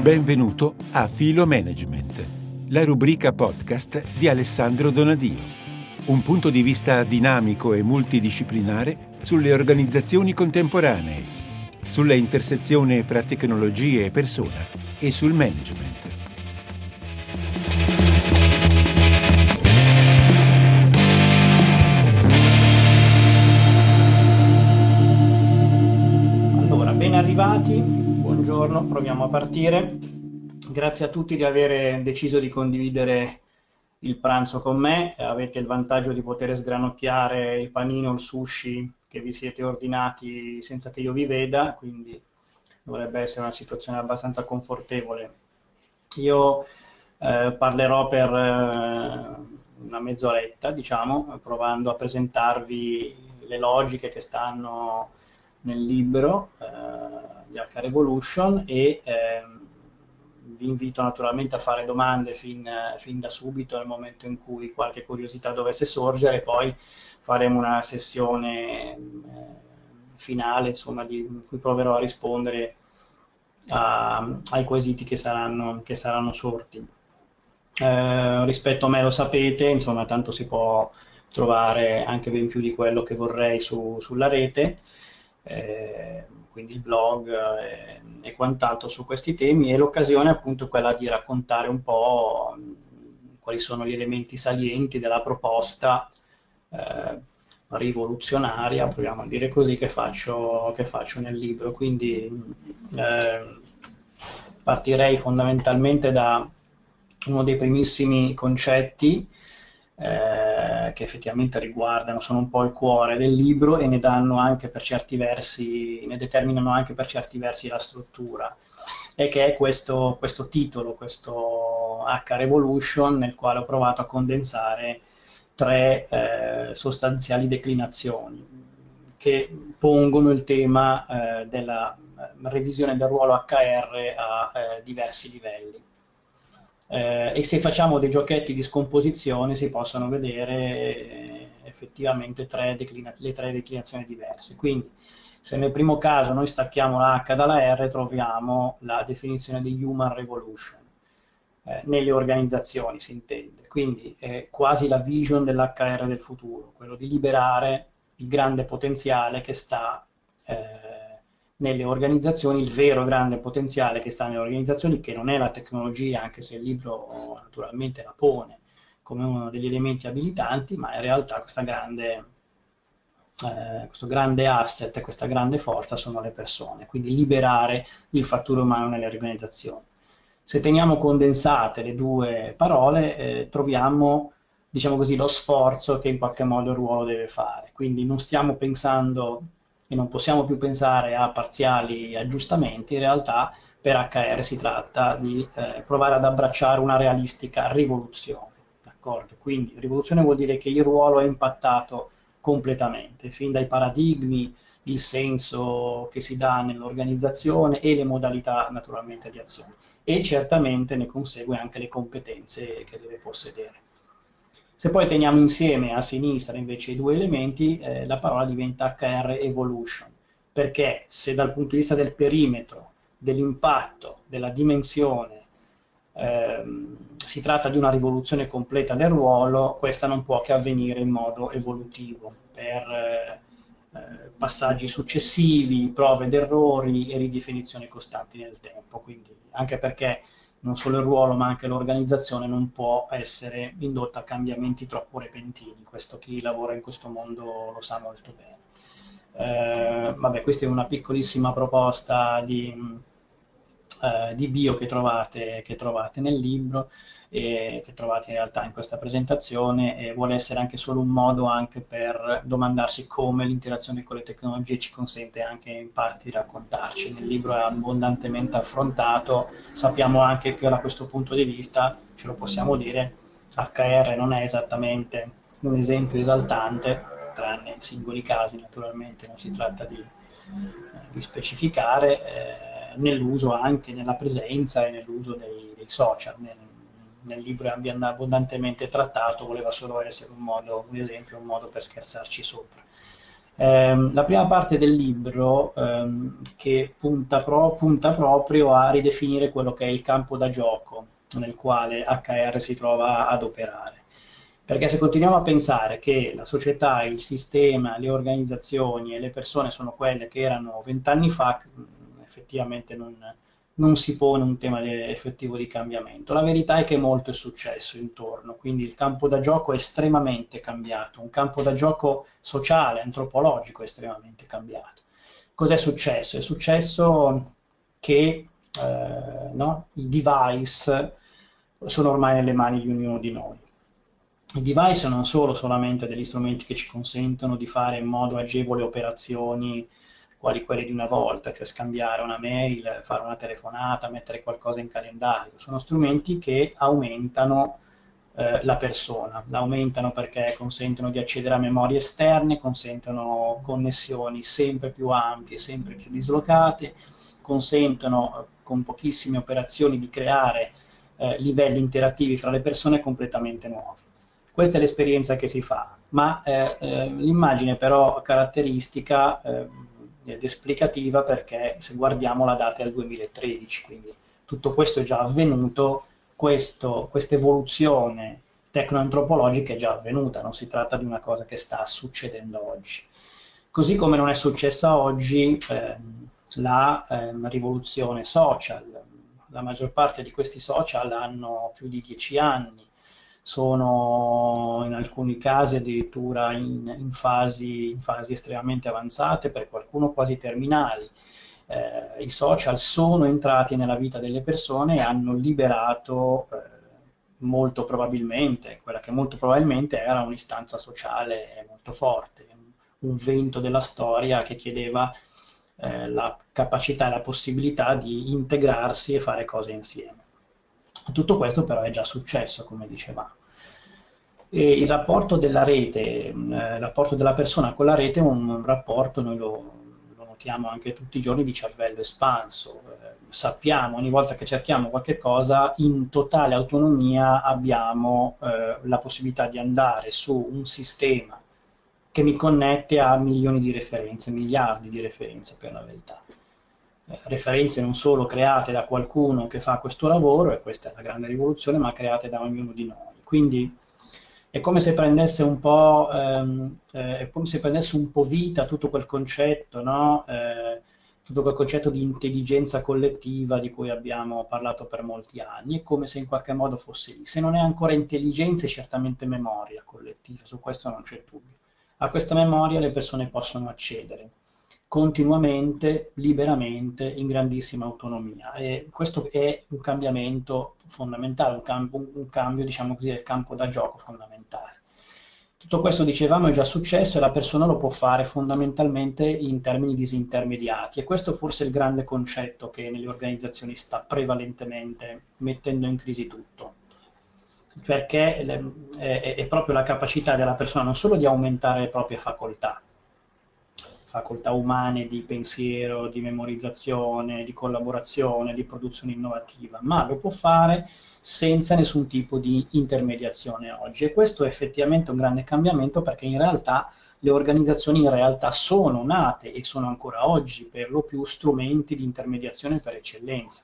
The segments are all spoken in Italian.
Benvenuto a Filo Management, la rubrica podcast di Alessandro Donadio. Un punto di vista dinamico e multidisciplinare sulle organizzazioni contemporanee, sulla intersezione fra tecnologie e persona e sul management. Allora, ben arrivati, buongiorno, proviamo a partire. Grazie a tutti di aver deciso di condividere il pranzo con me. Avete il vantaggio di poter sgranocchiare il panino, il sushi che vi siete ordinati senza che io vi veda, quindi dovrebbe essere una situazione abbastanza confortevole. Io parlerò per una mezz'oretta, diciamo, provando a presentarvi le logiche che stanno nel libro di H-Revolution e vi invito naturalmente a fare domande fin da subito, nel momento in cui qualche curiosità dovesse sorgere. Poi faremo una sessione finale, insomma, in cui proverò a rispondere ai quesiti che saranno sorti. Rispetto a me lo sapete, insomma, tanto si può trovare anche ben più di quello che vorrei sulla rete, quindi il blog e quant'altro su questi temi, e l'occasione appunto è quella di raccontare un po' quali sono gli elementi salienti della proposta rivoluzionaria, proviamo a dire così, che faccio nel libro. Quindi partirei fondamentalmente da uno dei primissimi concetti che effettivamente riguardano, sono un po' il cuore del libro e ne danno anche per certi versi, ne determinano anche per certi versi la struttura, e che è questo titolo, questo H-Revolution, nel quale ho provato a condensare tre sostanziali declinazioni che pongono il tema della revisione del ruolo HR a diversi livelli. E se facciamo dei giochetti di scomposizione si possono vedere effettivamente le tre declinazioni diverse. Quindi se nel primo caso noi stacchiamo la H dalla R, troviamo la definizione di Human Revolution. Nelle organizzazioni si intende, quindi è quasi la vision dell'HR del futuro, quello di liberare il grande potenziale che sta nelle organizzazioni, il vero grande potenziale che sta nelle organizzazioni, che non è la tecnologia, anche se il libro naturalmente la pone come uno degli elementi abilitanti, ma in realtà questo grande asset, questa grande forza sono le persone, quindi liberare il fattore umano nelle organizzazioni. Se teniamo condensate le due parole, troviamo, diciamo così, lo sforzo che in qualche modo il ruolo deve fare. Quindi non stiamo pensando e non possiamo più pensare a parziali aggiustamenti. In realtà per HR si tratta di provare ad abbracciare una realistica rivoluzione. D'accordo? Quindi rivoluzione vuol dire che il ruolo è impattato completamente, fin dai paradigmi, il senso che si dà nell'organizzazione e le modalità naturalmente di azione, e certamente ne consegue anche le competenze che deve possedere. Se poi teniamo insieme a sinistra invece i due elementi, la parola diventa HR Evolution, perché se dal punto di vista del perimetro, dell'impatto, della dimensione, si tratta di una rivoluzione completa del ruolo, questa non può che avvenire in modo evolutivo, per passaggi successivi, prove ed errori e ridefinizioni costanti nel tempo. Quindi, anche perché non solo il ruolo ma anche l'organizzazione non può essere indotta a cambiamenti troppo repentini. Questo chi lavora in questo mondo lo sa molto bene. Vabbè, questa è una piccolissima proposta di bio che trovate nel libro e che trovate in realtà in questa presentazione, e vuole essere anche solo un modo anche per domandarsi come l'interazione con le tecnologie ci consente anche in parte di raccontarci. Nel libro è abbondantemente affrontato, sappiamo anche che da questo punto di vista, ce lo possiamo dire, HR non è esattamente un esempio esaltante, tranne in singoli casi naturalmente, non si tratta di specificare, nell'uso, anche nella presenza e nell'uso dei social. Nel libro è abbondantemente trattato, voleva solo essere un esempio, un modo per scherzarci sopra. La prima parte del libro che punta proprio a ridefinire quello che è il campo da gioco nel quale HR si trova ad operare. Perché se continuiamo a pensare che la società, il sistema, le organizzazioni e le persone sono quelle che erano 20 anni fa, effettivamente non si pone un tema effettivo di cambiamento. La verità è che molto è successo intorno, quindi il campo da gioco è estremamente cambiato, un campo da gioco sociale, antropologico estremamente cambiato. Cos'è successo? È successo che no, i device sono ormai nelle mani di ognuno di noi. I device non sono solamente degli strumenti che ci consentono di fare in modo agevole operazioni quali quelle di una volta, cioè scambiare una mail, fare una telefonata, mettere qualcosa in calendario. Sono strumenti che aumentano la persona, la aumentano perché consentono di accedere a memorie esterne, consentono connessioni sempre più ampie, sempre più dislocate, consentono con pochissime operazioni di creare livelli interattivi fra le persone completamente nuovi. Questa è l'esperienza che si fa, ma l'immagine però caratteristica ed esplicativa perché se guardiamo la data è al 2013, quindi tutto questo è già avvenuto, questa evoluzione tecnoantropologica è già avvenuta, non si tratta di una cosa che sta succedendo oggi. Così come non è successa oggi la rivoluzione social. La maggior parte di questi social hanno più di 10 anni, sono in alcuni casi addirittura in fasi estremamente avanzate, per qualcuno quasi terminali. I social sono entrati nella vita delle persone e hanno liberato molto probabilmente, quella che molto probabilmente era un'istanza sociale molto forte, un vento della storia che chiedeva la capacità e la possibilità di integrarsi e fare cose insieme. Tutto questo però è già successo, come dicevamo. E il rapporto della rete, il rapporto della persona con la rete è un rapporto, noi lo notiamo anche tutti i giorni, di cervello espanso. Sappiamo ogni volta che cerchiamo qualche cosa, in totale autonomia abbiamo la possibilità di andare su un sistema che mi connette a milioni di referenze, miliardi di referenze per la verità. Referenze non solo create da qualcuno che fa questo lavoro, e questa è la grande rivoluzione, ma create da ognuno di noi. Quindi è come se prendesse un po', è come se prendesse un po' vita tutto quel concetto, no? Tutto quel concetto di intelligenza collettiva di cui abbiamo parlato per molti anni, è come se in qualche modo fosse lì. Se non è ancora intelligenza, è certamente memoria collettiva, su questo non c'è dubbio. A questa memoria le persone possono accedere continuamente, liberamente, in grandissima autonomia. E questo è un cambiamento fondamentale, un cambio, diciamo così, del campo da gioco fondamentale. Tutto questo, dicevamo, è già successo e la persona lo può fare fondamentalmente in termini disintermediati. E questo forse è il grande concetto che nelle organizzazioni sta prevalentemente mettendo in crisi tutto. Perché è proprio la capacità della persona non solo di aumentare le proprie facoltà umane di pensiero, di memorizzazione, di collaborazione, di produzione innovativa, ma lo può fare senza nessun tipo di intermediazione oggi. E questo è effettivamente un grande cambiamento perché in realtà le organizzazioni in realtà sono nate e sono ancora oggi per lo più strumenti di intermediazione per eccellenza.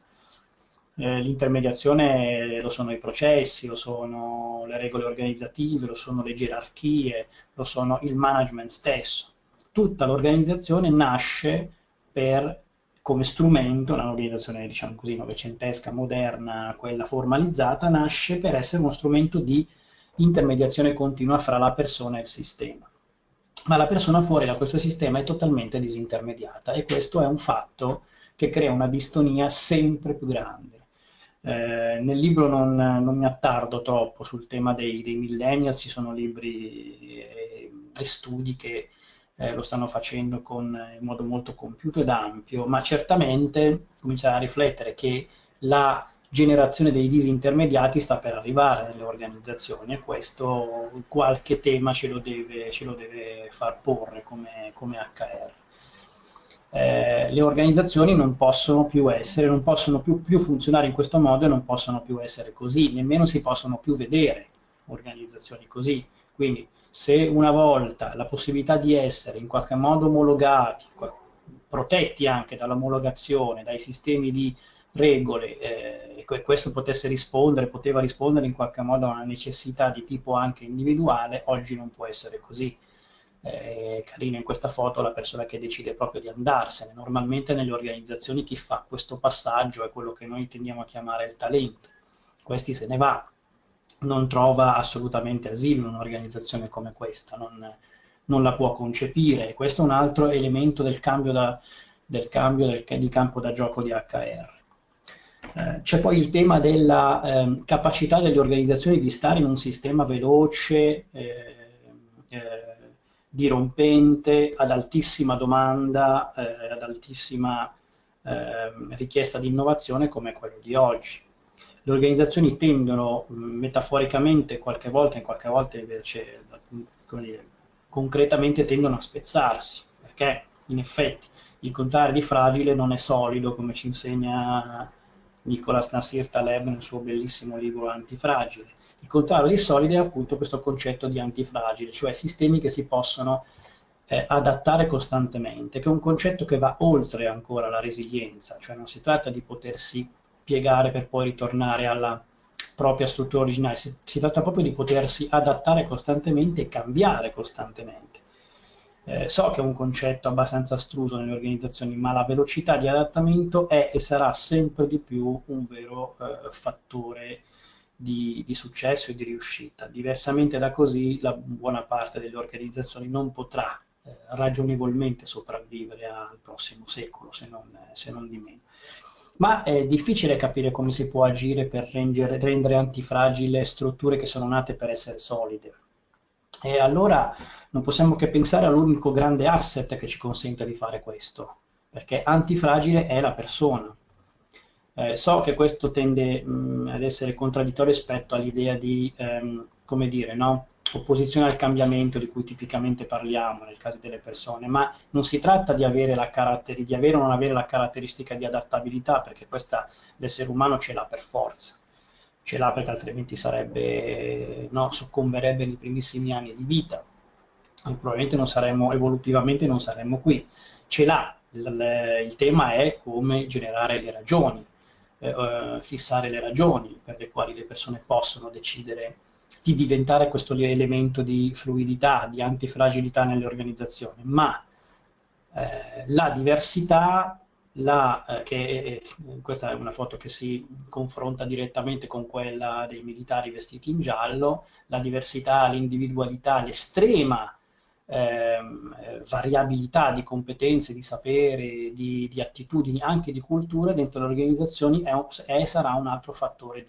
L'intermediazione lo sono i processi, lo sono le regole organizzative, lo sono le gerarchie, lo sono il management stesso. Tutta l'organizzazione nasce come strumento, un'organizzazione diciamo così novecentesca, moderna, quella formalizzata, nasce per essere uno strumento di intermediazione continua fra la persona e il sistema. Ma la persona fuori da questo sistema è totalmente disintermediata e questo è un fatto che crea una distonia sempre più grande. Nel libro non mi attardo troppo sul tema dei millennials, ci sono libri e studi che lo stanno facendo in modo molto compiuto ed ampio, ma certamente cominciare a riflettere che la generazione dei disintermediati sta per arrivare nelle organizzazioni e questo qualche tema ce lo deve far porre come HR. Le organizzazioni non possono più funzionare in questo modo e non possono più essere così, nemmeno si possono più vedere organizzazioni così. Quindi Se una volta la possibilità di essere in qualche modo omologati, protetti anche dall'omologazione, dai sistemi di regole, e questo poteva rispondere in qualche modo a una necessità di tipo anche individuale, oggi non può essere così. Carina in questa foto la persona che decide proprio di andarsene. Normalmente nelle organizzazioni chi fa questo passaggio è quello che noi tendiamo a chiamare il talento. Questi se ne va, non trova assolutamente asilo in un'organizzazione come questa, non la può concepire, e questo è un altro elemento del cambio di campo da gioco di HR. C'è poi il tema della capacità delle organizzazioni di stare in un sistema veloce, dirompente, ad altissima domanda, ad altissima richiesta di innovazione come quello di oggi. Le organizzazioni tendono metaforicamente qualche volta, in qualche volta invece come dire, concretamente tendono a spezzarsi, perché in effetti il contrario di fragile non è solido, come ci insegna Nicolas Nasir Taleb nel suo bellissimo libro Antifragile. Il contrario di solido è appunto questo concetto di antifragile, cioè sistemi che si possono adattare costantemente, che è un concetto che va oltre ancora la resilienza, cioè non si tratta di potersi piegare per poi ritornare alla propria struttura originale, si tratta proprio di potersi adattare costantemente e cambiare costantemente. So che è un concetto abbastanza astruso nelle organizzazioni, ma la velocità di adattamento è e sarà sempre di più un vero fattore di successo e di riuscita. Diversamente da così, la buona parte delle organizzazioni non potrà ragionevolmente sopravvivere al prossimo secolo, se non di meno. Ma è difficile capire come si può agire per rendere antifragile strutture che sono nate per essere solide. E allora non possiamo che pensare all'unico grande asset che ci consente di fare questo, perché antifragile è la persona. So che questo tende ad essere contraddittorio rispetto all'idea di, come dire, no? Opposizione al cambiamento di cui tipicamente parliamo nel caso delle persone, ma non si tratta di avere di avere o non avere la caratteristica di adattabilità, perché questa l'essere umano ce l'ha per forza, ce l'ha perché altrimenti soccomberebbe nei primissimi anni di vita, e probabilmente evolutivamente non saremmo qui. Ce l'ha, il tema è come generare le ragioni, fissare le ragioni per le quali le persone possono decidere di diventare questo elemento di fluidità, di antifragilità nelle organizzazioni, ma la diversità, questa è una foto che si confronta direttamente con quella dei militari vestiti in giallo, la diversità, l'individualità, l'estrema variabilità di competenze, di sapere, di attitudini, anche di cultura dentro le organizzazioni sarà un altro fattore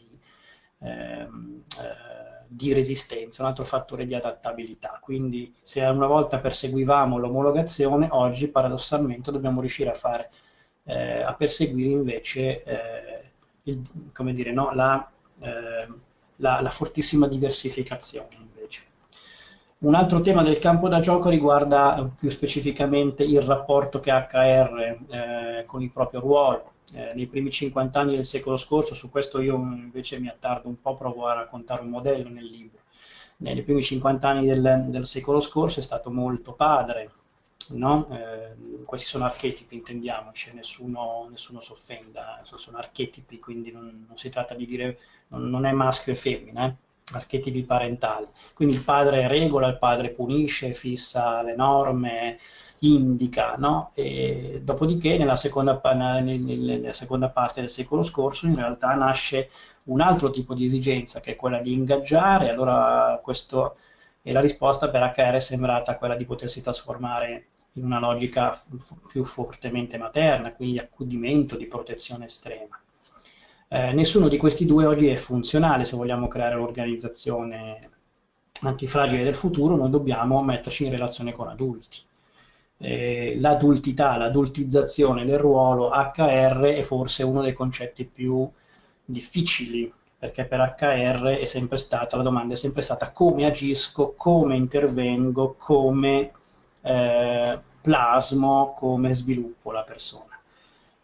di resistenza, un altro fattore di adattabilità. Quindi se una volta perseguivamo l'omologazione, oggi paradossalmente dobbiamo riuscire a perseguire invece come dire, no, la fortissima diversificazione invece. Un altro tema del campo da gioco riguarda più specificamente il rapporto che ha HR con il proprio ruolo. Nei primi 50 anni del secolo scorso, su questo io invece mi attardo un po', provo a raccontare un modello nel libro. Nei primi 50 anni del secolo scorso è stato molto padre, no? Questi sono archetipi, intendiamoci, nessuno si offenda, sono archetipi, quindi non si tratta di dire, non è maschio e femmina, archetipi parentali. Quindi il padre regola, il padre punisce, fissa le norme, indica, no? E dopodiché nella seconda parte del secolo scorso in realtà nasce un altro tipo di esigenza, che è quella di ingaggiare. Allora e la risposta per HR è sembrata quella di potersi trasformare in una logica più fortemente materna, quindi accudimento, di protezione estrema. Nessuno di questi due oggi è funzionale. Se vogliamo creare l'organizzazione antifragile del futuro, noi dobbiamo metterci in relazione con adulti. L'adultità, l'adultizzazione del ruolo HR è forse uno dei concetti più difficili, perché per HR la domanda è sempre stata come agisco, come intervengo, come plasmo, come sviluppo la persona.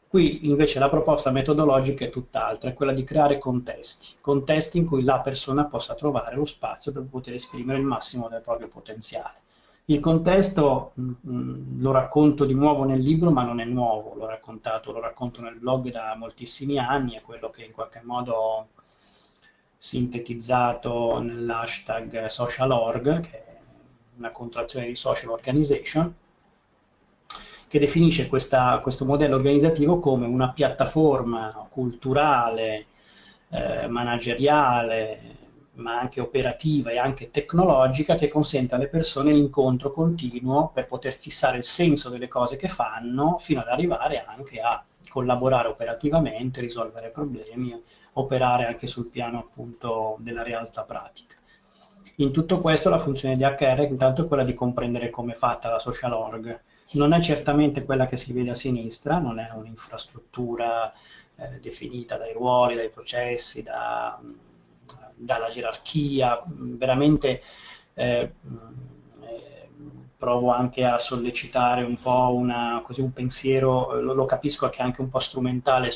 Qui invece la proposta metodologica è tutt'altra, è quella di creare contesti in cui la persona possa trovare lo spazio per poter esprimere il massimo del proprio potenziale. Il contesto lo racconto di nuovo nel libro, ma non è nuovo, lo racconto nel blog da moltissimi anni, è quello che in qualche modo ho sintetizzato nell'hashtag socialorg, che è una contrazione di social organization, che definisce questo modello organizzativo come una piattaforma culturale, manageriale, ma anche operativa e anche tecnologica, che consente alle persone l'incontro continuo per poter fissare il senso delle cose che fanno, fino ad arrivare anche a collaborare operativamente, risolvere problemi, operare anche sul piano appunto della realtà pratica. In tutto questo la funzione di HR intanto è quella di comprendere come è fatta la social org. Non è certamente quella che si vede a sinistra, non è un'infrastruttura definita dai ruoli, dai processi, dalla gerarchia, veramente provo anche a sollecitare un po' un pensiero, lo capisco che è anche un po' strumentale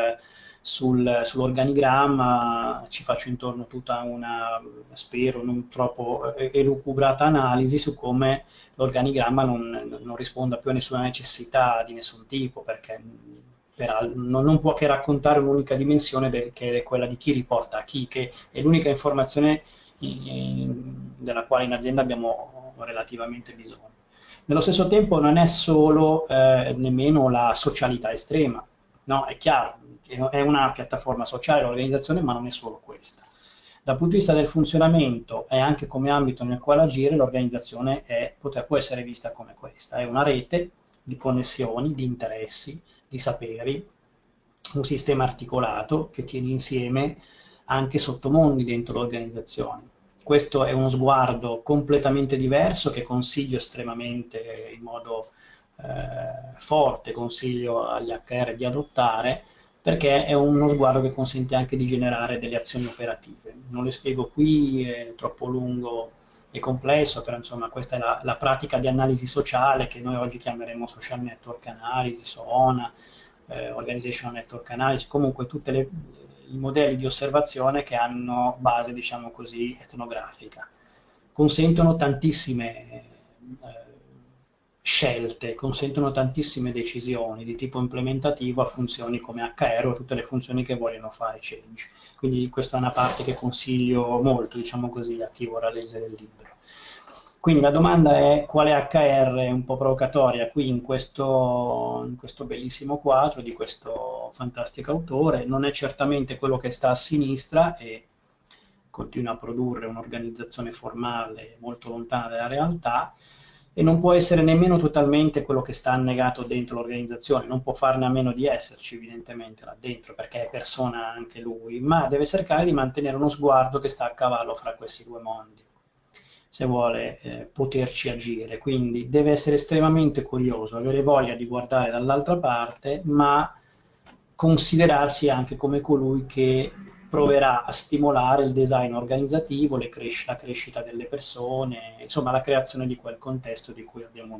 sull'organigramma, ci faccio intorno tutta una, spero, non troppo elucubrata analisi su come l'organigramma non risponda più a nessuna necessità di nessun tipo, perché non può che raccontare un'unica dimensione, che è quella di chi riporta a chi, che è l'unica informazione della quale in azienda abbiamo relativamente bisogno. Nello stesso tempo non è solo nemmeno la socialità estrema, no? È chiaro, è una piattaforma sociale l'organizzazione, ma non è solo questa. Dal punto di vista del funzionamento e anche come ambito nel quale agire, l'organizzazione può essere vista come questa, è una rete di connessioni, di interessi, di saperi, un sistema articolato che tiene insieme anche sottomondi dentro l'organizzazione. Questo è uno sguardo completamente diverso che consiglio estremamente in modo forte, consiglio agli HR di adottare, perché è uno sguardo che consente anche di generare delle azioni operative. Non le spiego qui, è troppo lungo e complesso, però insomma questa è la pratica di analisi sociale che noi oggi chiameremo social network analysis, SONA, organization network analysis, comunque tutti i modelli di osservazione che hanno base, diciamo così, etnografica. Consentono tantissime scelte, consentono tantissime decisioni di tipo implementativo a funzioni come HR o tutte le funzioni che vogliono fare change. Quindi questa è una parte che consiglio molto, diciamo così, a chi vorrà leggere il libro. Quindi la domanda è quale HR, è un po' provocatoria, qui in questo bellissimo quadro di questo fantastico autore, non è certamente quello che sta a sinistra e continua a produrre un'organizzazione formale molto lontana dalla realtà, e non può essere nemmeno totalmente quello che sta annegato dentro l'organizzazione, non può farne a meno di esserci evidentemente là dentro, perché è persona anche lui, ma deve cercare di mantenere uno sguardo che sta a cavallo fra questi due mondi, se vuole poterci agire. Quindi deve essere estremamente curioso, avere voglia di guardare dall'altra parte, ma considerarsi anche come colui che proverà a stimolare il design organizzativo, la crescita delle persone, insomma la creazione di quel contesto di cui abbiamo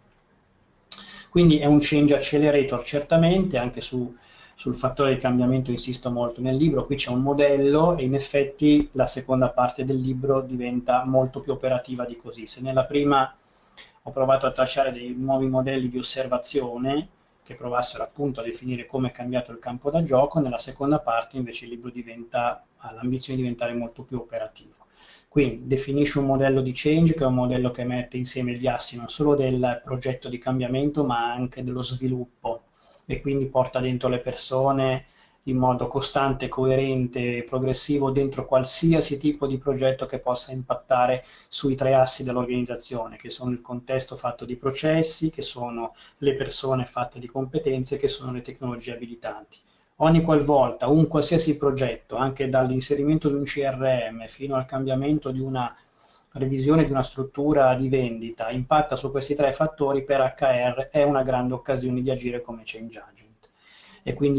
detto. Quindi è un change accelerator certamente, anche sul fattore di cambiamento insisto molto nel libro. Qui c'è un modello e in effetti la seconda parte del libro diventa molto più operativa di così. Se nella prima ho provato a tracciare dei nuovi modelli di osservazione che provassero appunto a definire come è cambiato il campo da gioco, nella seconda parte invece il libro ha l'ambizione di diventare molto più operativo. Quindi definisce un modello di change, che è un modello che mette insieme gli assi non solo del progetto di cambiamento, ma anche dello sviluppo, e quindi porta dentro le persone in modo costante, coerente e progressivo dentro qualsiasi tipo di progetto che possa impattare sui tre assi dell'organizzazione, che sono il contesto fatto di processi, che sono le persone fatte di competenze, che sono le tecnologie abilitanti. Ogni qualvolta un qualsiasi progetto, anche dall'inserimento di un CRM fino al cambiamento di una revisione di una struttura di vendita, impatta su questi tre fattori, per HR è una grande occasione di agire come change agent. E quindi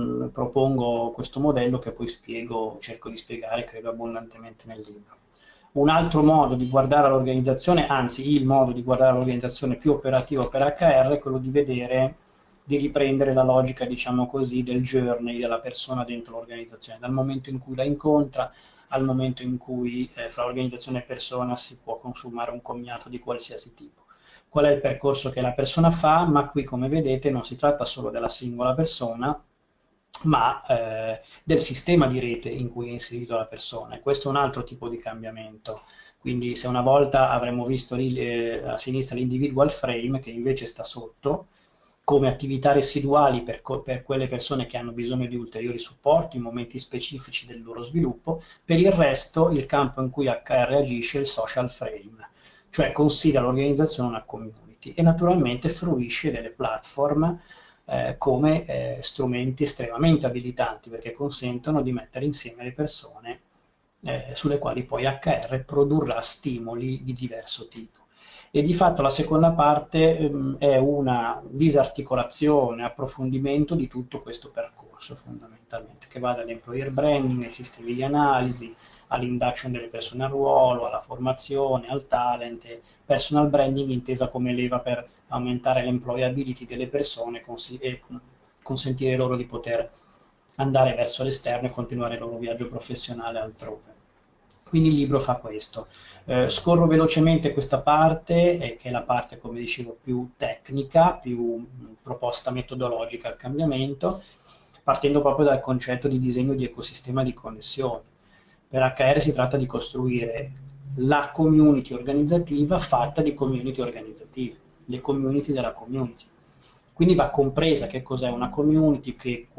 propongo questo modello che poi cerco di spiegare, credo, abbondantemente nel libro. Un altro modo di guardare l'organizzazione, anzi il modo di guardare l'organizzazione più operativo per HR, è quello di vedere di riprendere la logica, diciamo così, del journey della persona dentro l'organizzazione, dal momento in cui la incontra al momento in cui fra organizzazione e persona si può consumare un commiato di qualsiasi tipo. Qual è il percorso che la persona fa? Ma qui, come vedete, non si tratta solo della singola persona, ma del sistema di rete in cui è inserito la persona. E questo è un altro tipo di cambiamento. Quindi se una volta avremmo visto lì a sinistra l'individual frame, che invece sta sotto, come attività residuali per quelle persone che hanno bisogno di ulteriori supporti in momenti specifici del loro sviluppo, per il resto il campo in cui HR agisce è il social frame, cioè considera l'organizzazione una community e naturalmente fruisce delle platform come strumenti estremamente abilitanti perché consentono di mettere insieme le persone sulle quali poi HR produrrà stimoli di diverso tipo. E di fatto la seconda parte è una disarticolazione, approfondimento di tutto questo percorso fondamentalmente, che va dall'employer branding ai sistemi di analisi, all'induction delle persone al ruolo, alla formazione, al talent, e personal branding intesa come leva per aumentare l'employability delle persone e consentire loro di poter andare verso l'esterno e continuare il loro viaggio professionale altrove. Quindi il libro fa questo. Scorro velocemente questa parte, che è la parte, come dicevo, più tecnica, più proposta metodologica al cambiamento, partendo proprio dal concetto di disegno di ecosistema di connessioni. Per HR si tratta di costruire la community organizzativa fatta di community organizzative, le community della community. Quindi va compresa che cos'è una community,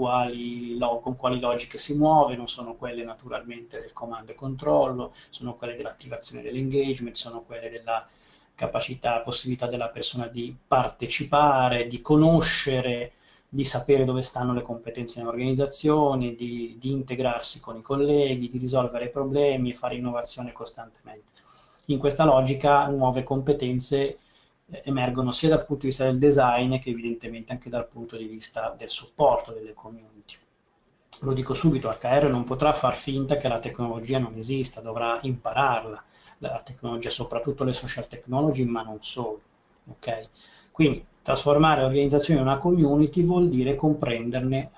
con quali logiche si muove, non sono quelle naturalmente del comando e controllo, sono quelle dell'attivazione dell'engagement, sono quelle della capacità, possibilità della persona di partecipare, di conoscere, di sapere dove stanno le competenze in organizzazione, di integrarsi con i colleghi, di risolvere problemi e fare innovazione costantemente. In questa logica nuove competenze emergono sia dal punto di vista del design che evidentemente anche dal punto di vista del supporto delle community. Lo dico subito, HR non potrà far finta che la tecnologia non esista, dovrà impararla, la tecnologia, soprattutto le social technology, ma non solo. Okay? Quindi trasformare l'organizzazione in una community vuol dire comprenderne,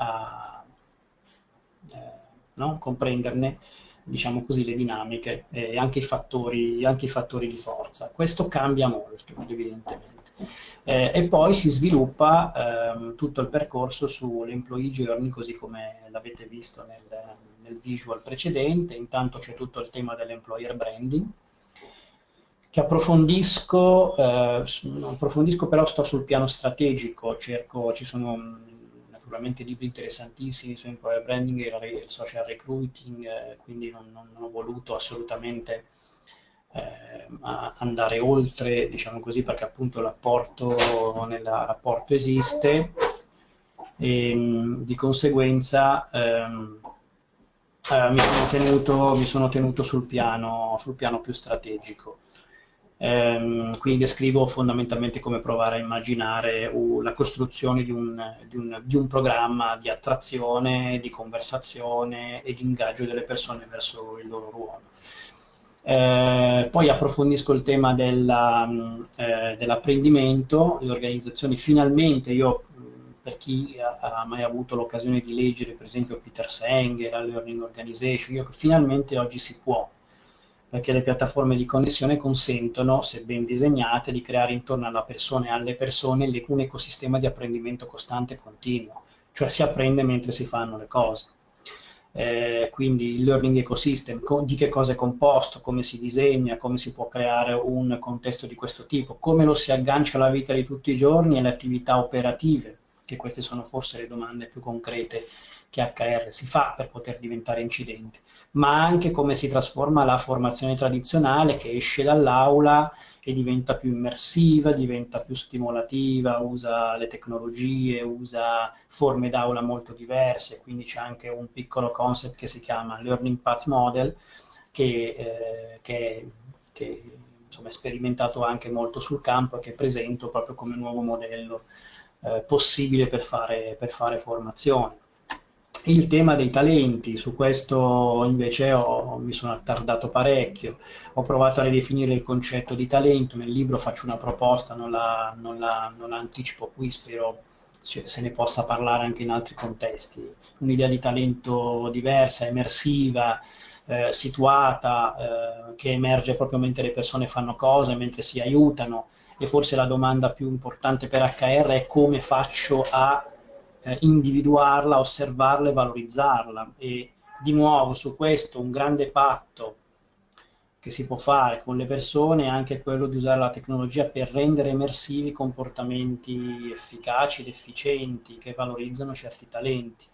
no? Comprenderne diciamo così, le dinamiche e anche i fattori di forza. Questo cambia molto, evidentemente. E poi si sviluppa tutto il percorso sull'employee journey, così come l'avete visto nel visual precedente. Intanto c'è tutto il tema dell'employer branding, che approfondisco però sto sul piano strategico, ci sono naturalmente libri interessantissimi su employer branding e il social recruiting, quindi non ho voluto assolutamente andare oltre, diciamo così, perché appunto l'apporto esiste e di conseguenza mi sono tenuto sul piano più strategico. Quindi descrivo fondamentalmente come provare a immaginare la costruzione di un programma di attrazione, di conversazione e di ingaggio delle persone verso il loro ruolo. Poi approfondisco il tema dell'apprendimento, le organizzazioni finalmente, per chi ha mai avuto l'occasione di leggere per esempio Peter Senge, la Learning Organization, finalmente oggi si può, perché le piattaforme di connessione consentono, se ben disegnate, di creare intorno alla persona e alle persone un ecosistema di apprendimento costante e continuo, cioè si apprende mentre si fanno le cose. Quindi il learning ecosystem, di che cosa è composto, come si disegna, come si può creare un contesto di questo tipo, come lo si aggancia alla vita di tutti i giorni e alle attività operative, che queste sono forse le domande più concrete che HR si fa per poter diventare incidente, ma anche come si trasforma la formazione tradizionale che esce dall'aula e diventa più immersiva, diventa più stimolativa, usa le tecnologie, usa forme d'aula molto diverse, quindi c'è anche un piccolo concept che si chiama Learning Path Model, che insomma, è sperimentato anche molto sul campo e che presento proprio come nuovo modello possibile per fare formazione. Il tema dei talenti, su questo invece mi sono attardato parecchio, ho provato a ridefinire il concetto di talento, nel libro faccio una proposta, non la anticipo qui, spero se ne possa parlare anche in altri contesti. Un'idea di talento diversa, immersiva, situata, che emerge proprio mentre le persone fanno cose, mentre si aiutano, e forse la domanda più importante per HR è come faccio a individuarla, osservarla e valorizzarla. E di nuovo su questo un grande patto che si può fare con le persone è anche quello di usare la tecnologia per rendere emersivi comportamenti efficaci ed efficienti che valorizzano certi talenti.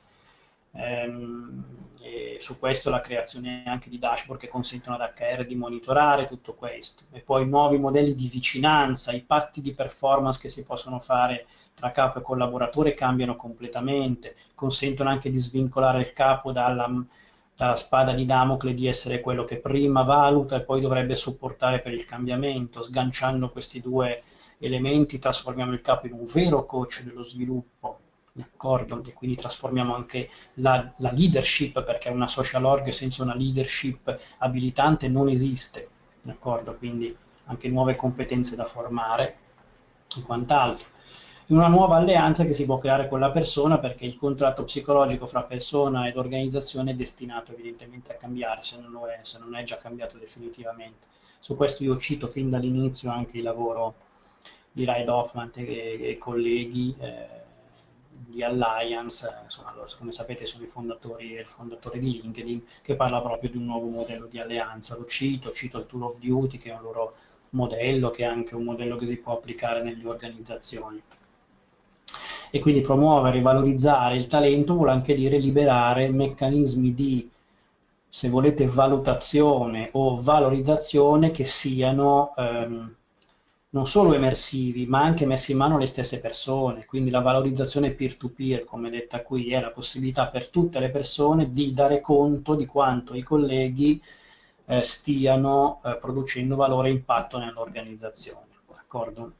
E su questo la creazione anche di dashboard che consentono ad HR di monitorare tutto questo, e poi nuovi modelli di vicinanza, i patti di performance che si possono fare tra capo e collaboratore cambiano completamente, consentono anche di svincolare il capo dalla spada di Damocle di essere quello che prima valuta e poi dovrebbe supportare per il cambiamento. Sganciando questi due elementi trasformiamo il capo in un vero coach dello sviluppo, d'accordo? E quindi trasformiamo anche la leadership, perché una social org senza una leadership abilitante non esiste, d'accordo? Quindi anche nuove competenze da formare e quant'altro. Una nuova alleanza che si può creare con la persona, perché il contratto psicologico fra persona ed organizzazione è destinato evidentemente a cambiare, se non è già cambiato definitivamente. Su questo io cito fin dall'inizio anche il lavoro di Reid Hoffman e colleghi di Alliance, insomma, come sapete sono i fondatori e il fondatore di LinkedIn, che parla proprio di un nuovo modello di alleanza. Cito il Tool of Duty, che è un loro modello, che è anche un modello che si può applicare nelle organizzazioni. E quindi promuovere e valorizzare il talento vuol anche dire liberare meccanismi di, se volete, valutazione o valorizzazione che siano non solo emersivi, ma anche messi in mano alle stesse persone. Quindi la valorizzazione peer-to-peer, come detta qui, è la possibilità per tutte le persone di dare conto di quanto i colleghi stiano producendo valore e impatto nell'organizzazione. D'accordo?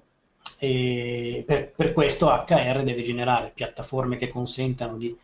E per questo HR deve generare piattaforme che consentano di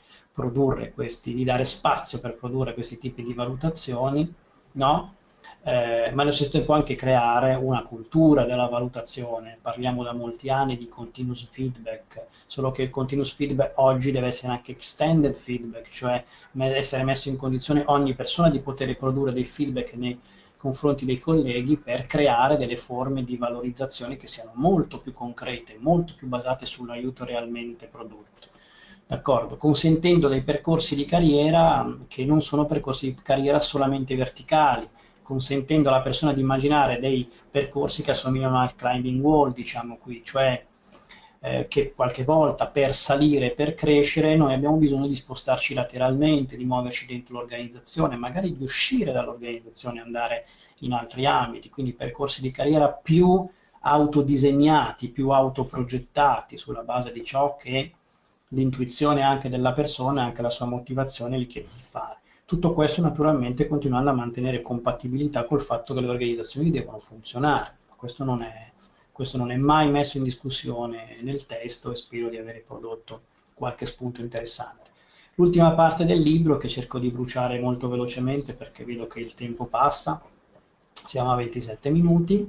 di dare spazio per produrre questi tipi di valutazioni, no? Ma allo stesso tempo anche creare una cultura della valutazione. Parliamo da molti anni di continuous feedback, solo che il continuous feedback oggi deve essere anche extended feedback, cioè essere messo in condizione ogni persona di poter produrre dei feedback nei confronti dei colleghi per creare delle forme di valorizzazione che siano molto più concrete, molto più basate sull'aiuto realmente prodotto. D'accordo? Consentendo dei percorsi di carriera che non sono percorsi di carriera solamente verticali, consentendo alla persona di immaginare dei percorsi che assomigliano al climbing wall, diciamo qui, cioè che qualche volta per salire, per crescere, noi abbiamo bisogno di spostarci lateralmente, di muoverci dentro l'organizzazione, magari di uscire dall'organizzazione e andare in altri ambiti, quindi percorsi di carriera più autodisegnati, più autoprogettati sulla base di ciò che l'intuizione anche della persona e anche la sua motivazione gli chiede di fare. Tutto questo naturalmente continuando a mantenere compatibilità col fatto che le organizzazioni devono funzionare. Questo non è mai messo in discussione nel testo e spero di aver prodotto qualche spunto interessante. L'ultima parte del libro, che cerco di bruciare molto velocemente perché vedo che il tempo passa, siamo a 27 minuti,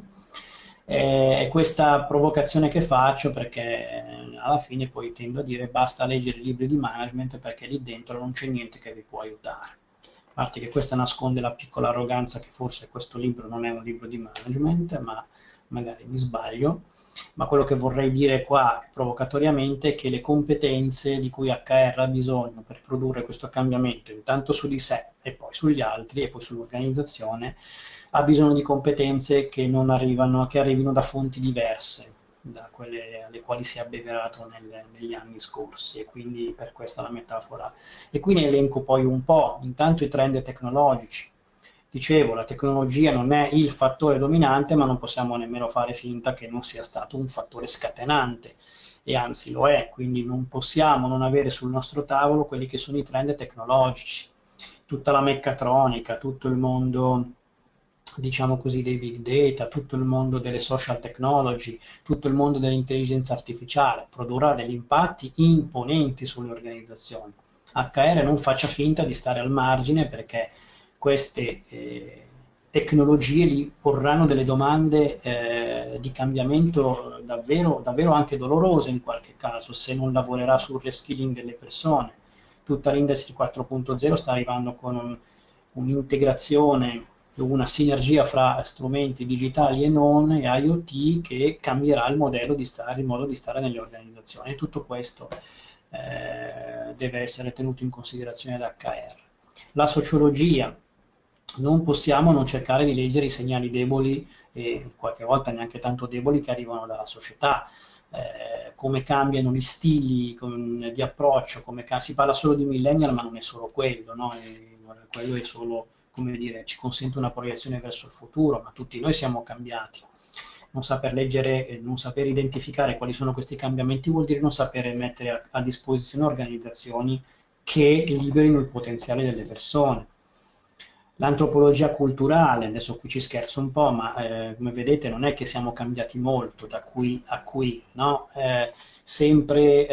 è questa provocazione che faccio perché alla fine poi tendo a dire basta leggere libri di management perché lì dentro non c'è niente che vi può aiutare. A parte che questa nasconde la piccola arroganza che forse questo libro non è un libro di management, ma magari mi sbaglio, ma quello che vorrei dire qua provocatoriamente è che le competenze di cui HR ha bisogno per produrre questo cambiamento, intanto su di sé e poi sugli altri e poi sull'organizzazione, ha bisogno di competenze che non arrivano, che arrivino da fonti diverse da quelle alle quali si è abbeverato negli anni scorsi, e quindi per questa la metafora. E qui ne elenco poi un po', intanto i trend tecnologici. Dicevo, la tecnologia non è il fattore dominante, ma non possiamo nemmeno fare finta che non sia stato un fattore scatenante, e anzi lo è, quindi non possiamo non avere sul nostro tavolo quelli che sono i trend tecnologici, tutta la meccatronica, tutto il mondo, diciamo così, dei big data, tutto il mondo delle social technology, tutto il mondo dell'intelligenza artificiale, produrrà degli impatti imponenti sulle organizzazioni. HR non faccia finta di stare al margine, perché queste tecnologie gli porranno delle domande di cambiamento davvero, davvero anche dolorose in qualche caso, se non lavorerà sul reskilling delle persone. Tutta l'Industry 4.0 sta arrivando con un'integrazione, una sinergia fra strumenti digitali e non e IoT che cambierà il modello di stare, il modo di stare nelle organizzazioni. E tutto questo deve essere tenuto in considerazione da HR. La sociologia, non possiamo non cercare di leggere i segnali deboli e qualche volta neanche tanto deboli che arrivano dalla società. Come cambiano gli stili di approccio, si parla solo di millennial ma non è solo quello, no? Quello è solo, come dire, ci consente una proiezione verso il futuro, ma tutti noi siamo cambiati. Non saper leggere, non saper identificare quali sono questi cambiamenti vuol dire non sapere mettere a disposizione organizzazioni che liberino il potenziale delle persone. L'antropologia culturale, adesso qui ci scherzo un po', ma come vedete non è che siamo cambiati molto da qui a qui, no? Sempre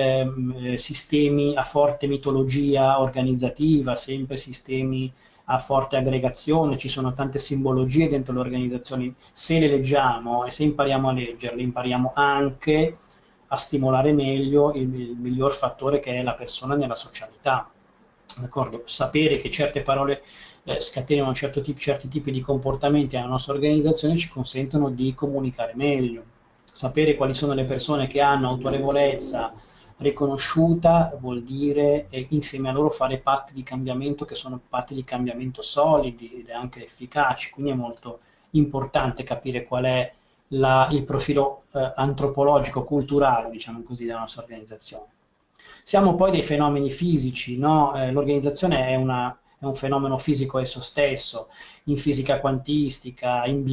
sistemi a forte mitologia organizzativa, sempre sistemi a forte aggregazione, ci sono tante simbologie dentro le organizzazioni. Se le leggiamo e se impariamo a leggerle, impariamo anche a stimolare meglio il miglior fattore che è la persona nella socialità. D'accordo? Sapere che certe parole scatenano certi tipi di comportamenti alla nostra organizzazione ci consentono di comunicare meglio. Sapere quali sono le persone che hanno autorevolezza riconosciuta vuol dire insieme a loro fare patti di cambiamento che sono patti di cambiamento solidi ed anche efficaci, quindi è molto importante capire qual è il profilo antropologico, culturale, diciamo così, della nostra organizzazione. Siamo poi dei fenomeni fisici, no? L'organizzazione è un fenomeno fisico esso stesso, in fisica quantistica, in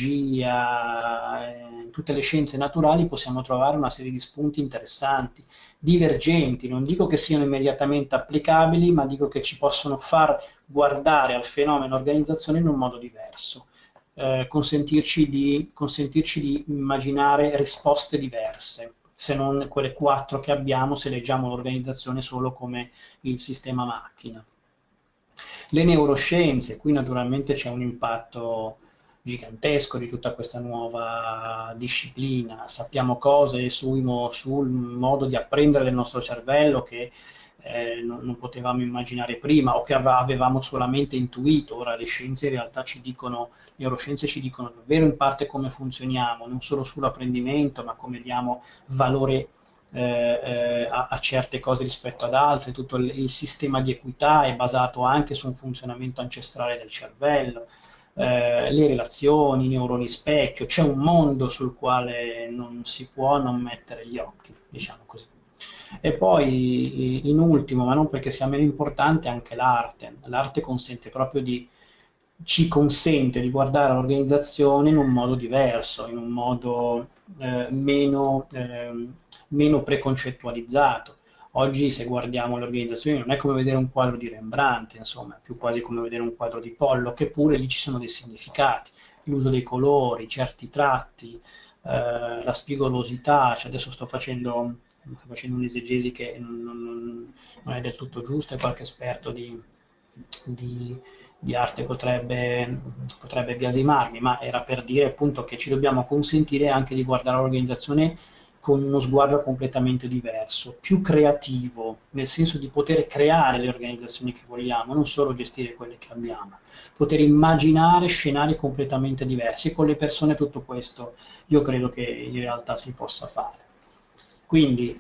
biologia, in tutte le scienze naturali possiamo trovare una serie di spunti interessanti, divergenti, non dico che siano immediatamente applicabili, ma dico che ci possono far guardare al fenomeno organizzazione in un modo diverso, consentirci di immaginare risposte diverse, se non quelle 4 che abbiamo se leggiamo l'organizzazione solo come il sistema macchina. Le neuroscienze, qui naturalmente c'è un impatto gigantesco di tutta questa nuova disciplina, sappiamo cose sul modo di apprendere del nostro cervello che non potevamo immaginare prima o che avevamo solamente intuito. Ora le scienze in realtà neuroscienze ci dicono davvero in parte come funzioniamo, non solo sull'apprendimento, ma come diamo valore a certe cose rispetto ad altre. Tutto il sistema di equità è basato anche su un funzionamento ancestrale del cervello, le relazioni, i neuroni specchio, c'è un mondo sul quale non si può non mettere gli occhi, diciamo così. E poi, in ultimo, ma non perché sia meno importante, anche l'arte. L'arte ci consente di guardare l'organizzazione in un modo diverso, in un modo meno preconcettualizzato. Oggi se guardiamo le organizzazioni non è come vedere un quadro di Rembrandt, insomma, è più quasi come vedere un quadro di Pollock, che pure lì ci sono dei significati, l'uso dei colori, certi tratti, la spigolosità, cioè adesso sto facendo un'esegesi che non è del tutto giusta e qualche esperto di arte potrebbe biasimarmi, ma era per dire appunto che ci dobbiamo consentire anche di guardare l'organizzazione con uno sguardo completamente diverso, più creativo, nel senso di poter creare le organizzazioni che vogliamo, non solo gestire quelle che abbiamo, poter immaginare scenari completamente diversi e con le persone tutto questo io credo che in realtà si possa fare. Quindi,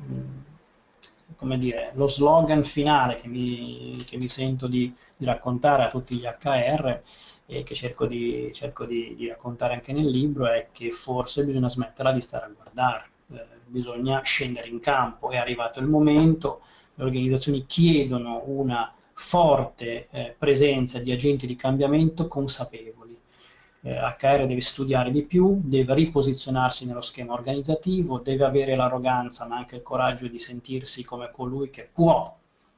come dire, lo slogan finale che mi sento di raccontare a tutti gli HR e che cerco di raccontare anche nel libro è che forse bisogna smetterla di stare a guardare, bisogna scendere in campo, è arrivato il momento, le organizzazioni chiedono una forte presenza di agenti di cambiamento consapevoli. HR deve studiare di più, deve riposizionarsi nello schema organizzativo, deve avere l'arroganza ma anche il coraggio di sentirsi come colui che può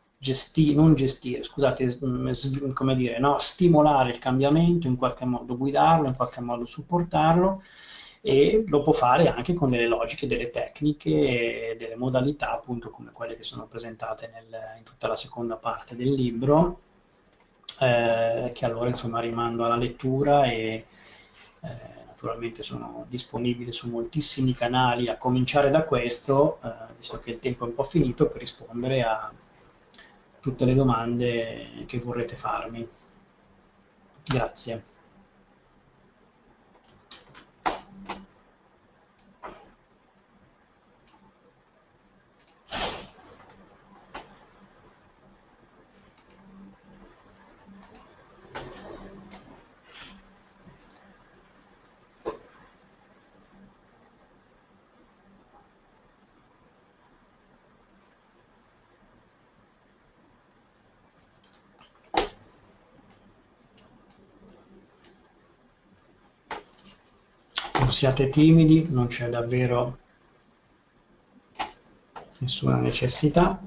come dire, no? Stimolare il cambiamento, in qualche modo guidarlo, in qualche modo supportarlo, e lo può fare anche con delle logiche, delle tecniche e delle modalità, appunto come quelle che sono presentate in tutta la seconda parte del libro, che allora insomma rimando alla lettura e naturalmente sono disponibile su moltissimi canali, a cominciare da questo, visto che il tempo è un po' finito, per rispondere a tutte le domande che vorrete farmi. Grazie. Non siate timidi, non c'è davvero nessuna necessità.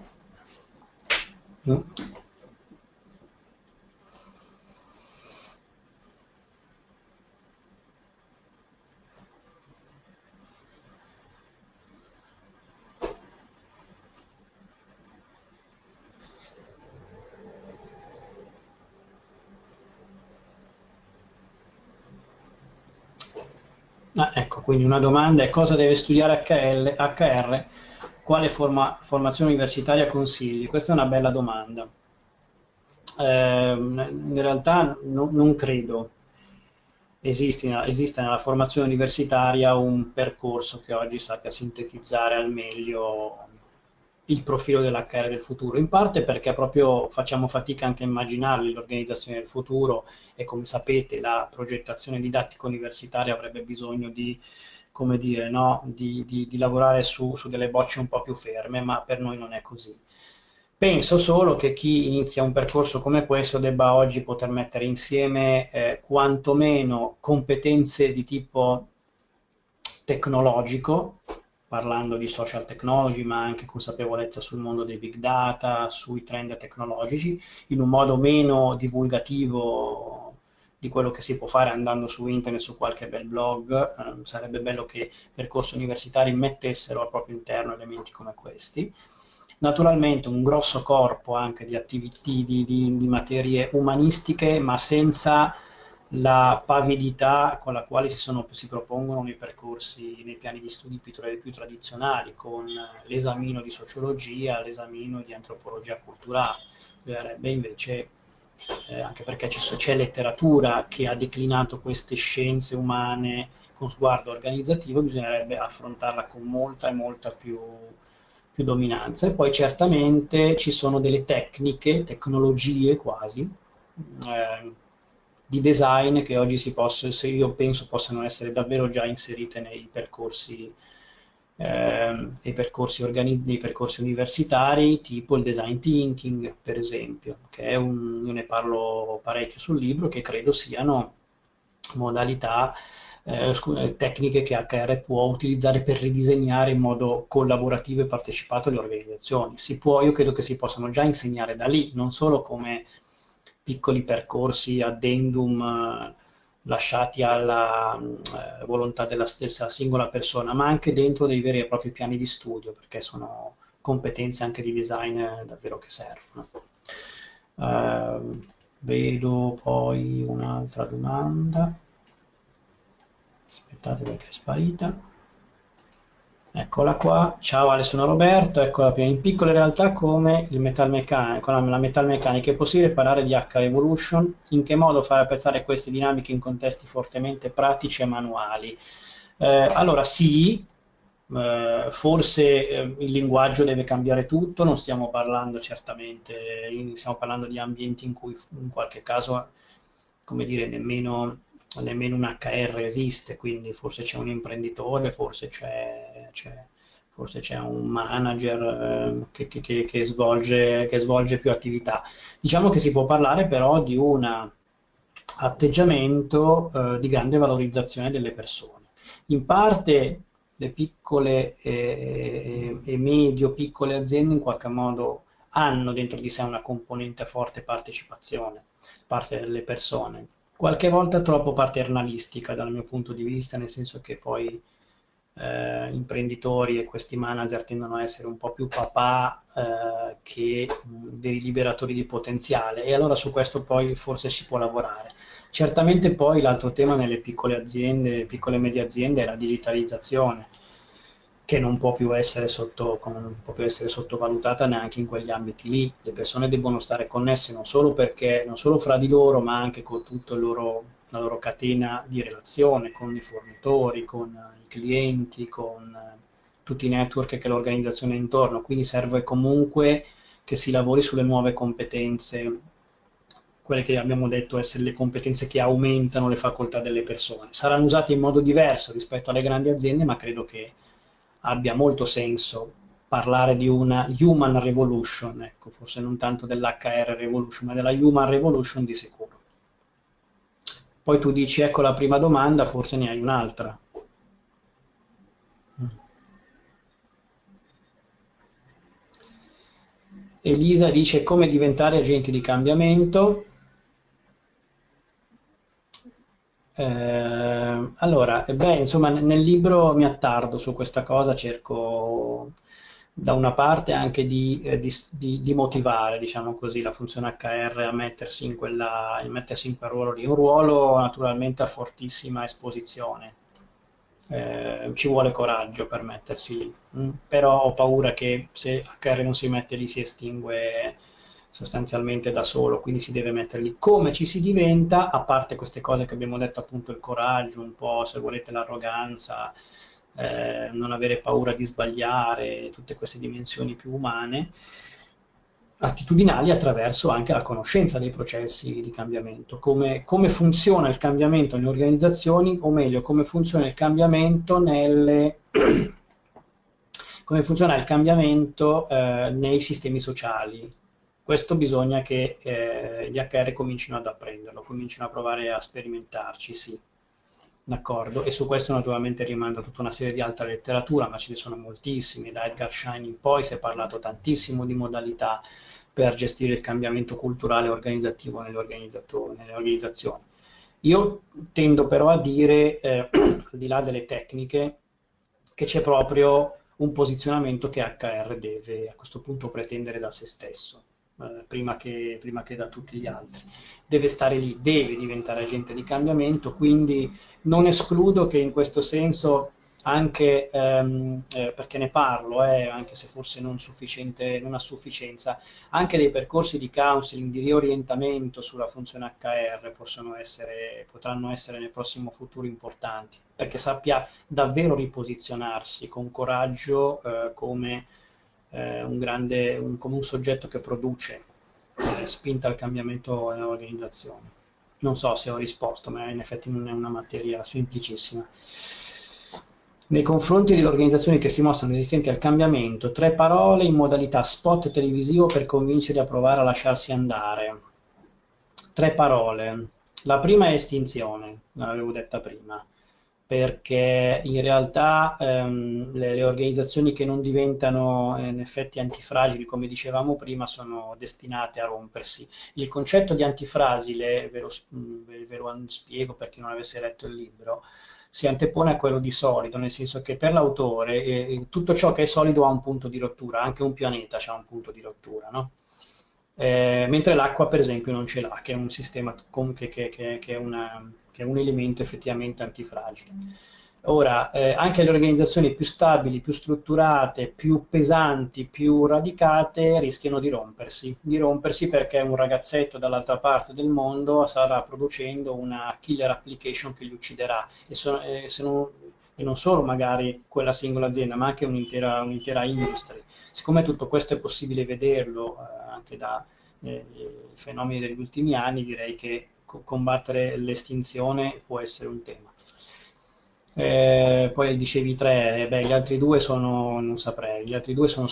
Ecco, quindi una domanda è: cosa deve studiare HR? Quale formazione universitaria consigli? Questa è una bella domanda. In realtà non credo esista nella formazione universitaria un percorso che oggi sappia sintetizzare al meglio il profilo dell'HR del futuro, in parte perché proprio facciamo fatica anche a immaginarli l'organizzazione del futuro, e come sapete la progettazione didattica universitaria avrebbe bisogno di, come dire, no? di lavorare su delle bocce un po' più ferme, ma per noi non è così. Penso solo che chi inizia un percorso come questo debba oggi poter mettere insieme quantomeno competenze di tipo tecnologico, parlando di social technology, ma anche consapevolezza sul mondo dei big data, sui trend tecnologici, in un modo meno divulgativo di quello che si può fare andando su internet, su qualche bel blog. Sarebbe bello che percorsi universitari mettessero al proprio interno elementi come questi. Naturalmente un grosso corpo anche di attività, di materie umanistiche, ma senza la pavidità con la quale si propongono nei percorsi, nei piani di studi più tradizionali, con l'esamino di sociologia, l'esamino di antropologia culturale. Bisognerebbe invece, anche perché c'è letteratura che ha declinato queste scienze umane con sguardo organizzativo, bisognerebbe affrontarla con molta e molta più dominanza. E poi certamente ci sono delle tecnologie quasi, di design che oggi io penso possano essere davvero già inserite nei percorsi universitari, tipo il design thinking, per esempio, che è io ne parlo parecchio sul libro, che credo siano modalità, tecniche che HR può utilizzare per ridisegnare in modo collaborativo e partecipato le organizzazioni. Io credo che si possano già insegnare da lì, non solo come piccoli percorsi addendum lasciati alla volontà della stessa singola persona, ma anche dentro dei veri e propri piani di studio, perché sono competenze anche di design davvero che servono. Vedo poi un'altra domanda. Aspettate perché è sparita. Eccola qua. Ciao Ale, sono Roberto. Eccola qui. In piccole realtà come la metalmeccanica è possibile parlare di H-Revolution? In che modo fare apprezzare queste dinamiche in contesti fortemente pratici e manuali? Allora sì, forse il linguaggio deve cambiare tutto, non stiamo parlando certamente, stiamo parlando di ambienti in cui in qualche caso, come dire, nemmeno un HR esiste, quindi forse c'è un imprenditore, forse c'è un manager che svolge più attività. Diciamo che si può parlare però di un atteggiamento di grande valorizzazione delle persone. In parte le piccole e medio-piccole aziende in qualche modo hanno dentro di sé una componente forte partecipazione, parte delle persone, qualche volta troppo paternalistica dal mio punto di vista, nel senso che poi imprenditori e questi manager tendono a essere un po' più papà che veri liberatori di potenziale, e allora su questo poi forse si può lavorare. Certamente poi l'altro tema nelle piccole aziende, piccole e medie aziende, è la digitalizzazione, che non può più essere non può più essere sottovalutata neanche in quegli ambiti lì. Le persone debbono stare connesse non solo fra di loro, ma anche con tutta la loro catena di relazione, con i fornitori, con i clienti, con tutti i network che l'organizzazione ha intorno. Quindi serve comunque che si lavori sulle nuove competenze, quelle che abbiamo detto essere le competenze che aumentano le facoltà delle persone. Saranno usate in modo diverso rispetto alle grandi aziende, ma credo che abbia molto senso parlare di una human revolution, ecco, forse non tanto dell'HR revolution, ma della human revolution di sicuro. Poi tu dici, ecco la prima domanda, forse ne hai un'altra. Elisa dice come diventare agenti di cambiamento. Allora, beh, insomma, nel libro mi attardo su questa cosa, cerco da una parte anche di motivare, diciamo così, la funzione HR a a mettersi in quel ruolo lì, un ruolo naturalmente a fortissima esposizione. Ci vuole coraggio per mettersi lì, però ho paura che se HR non si mette lì si estingue sostanzialmente da solo, quindi si deve mettere lì. Come ci si diventa, a parte queste cose che abbiamo detto, appunto il coraggio, un po' se volete l'arroganza, non avere paura di sbagliare, tutte queste dimensioni più umane, attitudinali, attraverso anche la conoscenza dei processi di cambiamento, come funziona il cambiamento nelle organizzazioni, o meglio, come funziona il cambiamento come funziona il cambiamento nei sistemi sociali. Questo bisogna che gli HR comincino ad apprenderlo, comincino a provare a sperimentarci, sì. D'accordo, e su questo naturalmente rimando a tutta una serie di altra letteratura, ma ce ne sono moltissimi, da Edgar Schein in poi si è parlato tantissimo di modalità per gestire il cambiamento culturale e organizzativo nelle organizzazioni. Io tendo però a dire, al di là delle tecniche, che c'è proprio un posizionamento che HR deve a questo punto pretendere da se stesso, prima che da tutti gli altri. Deve stare lì, deve diventare agente di cambiamento, quindi non escludo che in questo senso anche perché ne parlo, anche se forse non sufficiente, non a sufficienza, anche dei percorsi di counseling, di riorientamento sulla funzione HR potranno essere nel prossimo futuro importanti, perché sappia davvero riposizionarsi con coraggio come un soggetto che produce spinta al cambiamento nell'organizzazione. Non so se ho risposto, ma in effetti non è una materia semplicissima. Nei confronti delle organizzazioni che si mostrano resistenti al cambiamento, 3 parole in modalità spot televisivo per convincerli a provare a lasciarsi andare. 3 parole. La prima è estinzione, l'avevo detta prima, perché in realtà le organizzazioni che non diventano in effetti antifragili, come dicevamo prima, sono destinate a rompersi. Il concetto di antifragile, ve lo spiego per chi non avesse letto il libro, si antepone a quello di solido, nel senso che per l'autore tutto ciò che è solido ha un punto di rottura, anche un pianeta ha un punto di rottura, no? Mentre l'acqua per esempio non ce l'ha, che è un sistema che è un elemento effettivamente antifragile. Ora, anche le organizzazioni più stabili, più strutturate, più pesanti, più radicate rischiano di rompersi perché un ragazzetto dall'altra parte del mondo starà producendo una killer application che li ucciderà, e non solo magari quella singola azienda, ma anche un'intera industria. Siccome tutto questo è possibile vederlo anche da fenomeni degli ultimi anni, direi che combattere l'estinzione può essere un tema. Poi dicevi 3, beh, gli altri 2 sono, non saprei, gli altri 2 sono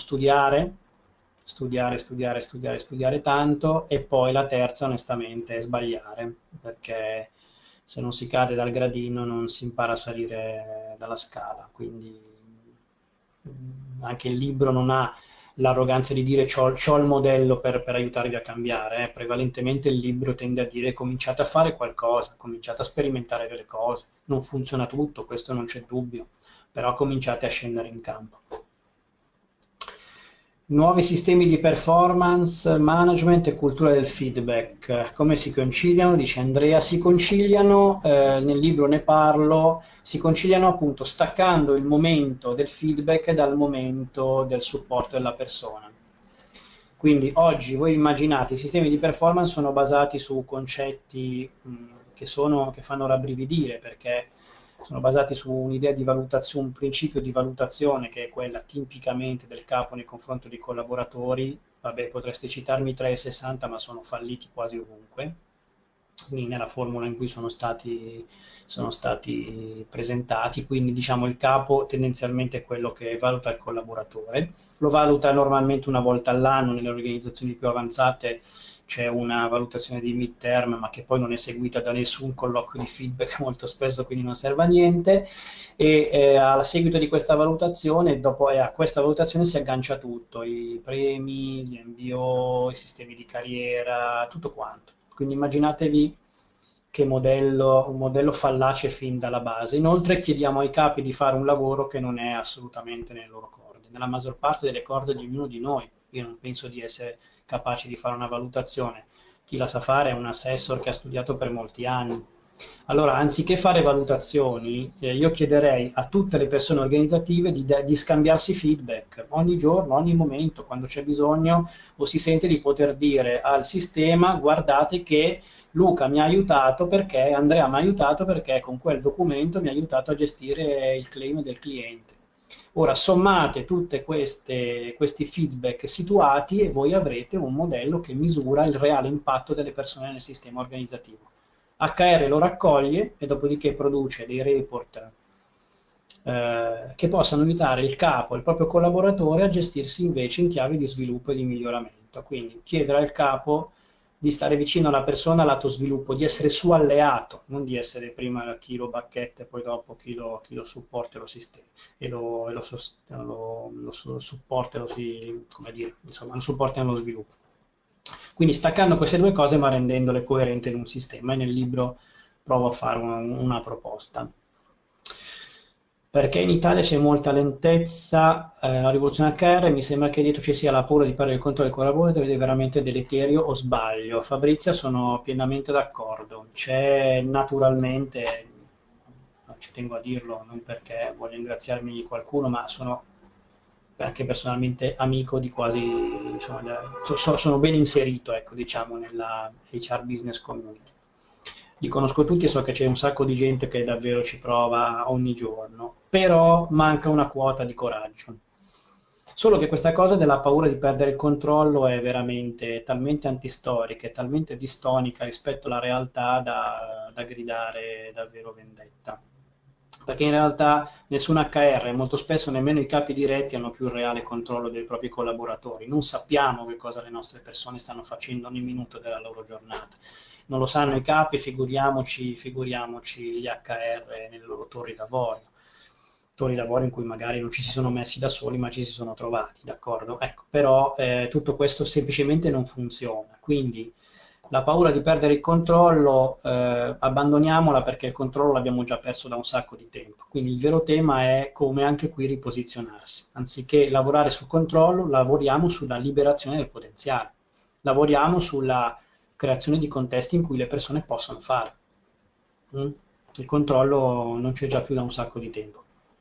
studiare tanto, e poi la terza onestamente è sbagliare, perché se non si cade dal gradino non si impara a salire dalla scala, quindi anche il libro non ha l'arroganza di dire c'ho il modello per aiutarvi a cambiare, prevalentemente il libro tende a dire cominciate a fare qualcosa, cominciate a sperimentare delle cose, non funziona tutto, questo non c'è dubbio, però cominciate a scendere in campo. Nuovi sistemi di performance, management e cultura del feedback. Come si conciliano? Dice Andrea. Si conciliano, nel libro ne parlo, si conciliano appunto staccando il momento del feedback dal momento del supporto della persona. Quindi oggi voi immaginate, i sistemi di performance sono basati su concetti che fanno rabbrividire, perché sono basati su un'idea di valutazione, un principio di valutazione che è quella tipicamente del capo nei confronti dei collaboratori. Vabbè, potreste citarmi 360, ma sono falliti quasi ovunque, quindi nella formula in cui sono stati presentati. Quindi diciamo il capo tendenzialmente è quello che valuta il collaboratore, lo valuta normalmente una volta all'anno. Nelle organizzazioni più avanzate c'è una valutazione di midterm, ma che poi non è seguita da nessun colloquio di feedback molto spesso, quindi non serve a niente. E a seguito di questa valutazione, a questa valutazione si aggancia tutto, i premi, gli MBO, i sistemi di carriera, tutto quanto. Quindi immaginatevi che un modello fallace fin dalla base. Inoltre chiediamo ai capi di fare un lavoro che non è assolutamente nelle loro corde, nella maggior parte delle corde di ognuno di noi. Io non penso di essere capaci di fare una valutazione. Chi la sa fare è un assessor che ha studiato per molti anni. Allora, anziché fare valutazioni, io chiederei a tutte le persone organizzative di scambiarsi feedback ogni giorno, ogni momento, quando c'è bisogno o si sente di poter dire al sistema: guardate che Luca mi ha aiutato perché, Andrea mi ha aiutato perché con quel documento mi ha aiutato a gestire il claim del cliente. Ora sommate tutti questi feedback situati e voi avrete un modello che misura il reale impatto delle persone nel sistema organizzativo. HR lo raccoglie e dopodiché produce dei report che possano aiutare il capo e il proprio collaboratore a gestirsi invece in chiave di sviluppo e di miglioramento. Quindi chiedere al capo di stare vicino alla persona lato sviluppo, di essere suo alleato, non di essere prima chi lo bacchetta e poi dopo chi lo supporta e lo sistema e lo supporta e lo supporta nello sviluppo. Quindi staccando queste due cose ma rendendole coerenti in un sistema, e nel libro provo a fare una proposta. Perché in Italia c'è molta lentezza, la rivoluzione HR, mi sembra che dietro ci sia la paura di perdere il controllo del collaboratore, ed è veramente deleterio, o sbaglio? Fabrizia, sono pienamente d'accordo. C'è naturalmente, ci tengo a dirlo, non perché voglio ringraziarmi di qualcuno, ma sono anche personalmente amico di quasi, insomma, sono ben inserito, ecco, diciamo, nella HR business community. Li conosco tutti e so che c'è un sacco di gente che davvero ci prova ogni giorno, però manca una quota di coraggio. Solo che questa cosa della paura di perdere il controllo è veramente talmente antistorica e talmente distonica rispetto alla realtà da gridare davvero vendetta. Perché in realtà nessun HR, molto spesso nemmeno i capi diretti, hanno più il reale controllo dei propri collaboratori. Non sappiamo che cosa le nostre persone stanno facendo ogni minuto della loro giornata. Non lo sanno i capi, figuriamoci gli HR nelle loro torri d'avorio in cui magari non ci si sono messi da soli, ma ci si sono trovati, d'accordo? Ecco, però tutto questo semplicemente non funziona. Quindi la paura di perdere il controllo, abbandoniamola, perché il controllo l'abbiamo già perso da un sacco di tempo. Quindi il vero tema è come anche qui riposizionarsi. Anziché lavorare sul controllo, lavoriamo sulla liberazione del potenziale. Lavoriamo sulla creazione di contesti in cui le persone possono fare. Il controllo non c'è già più da un sacco di tempo.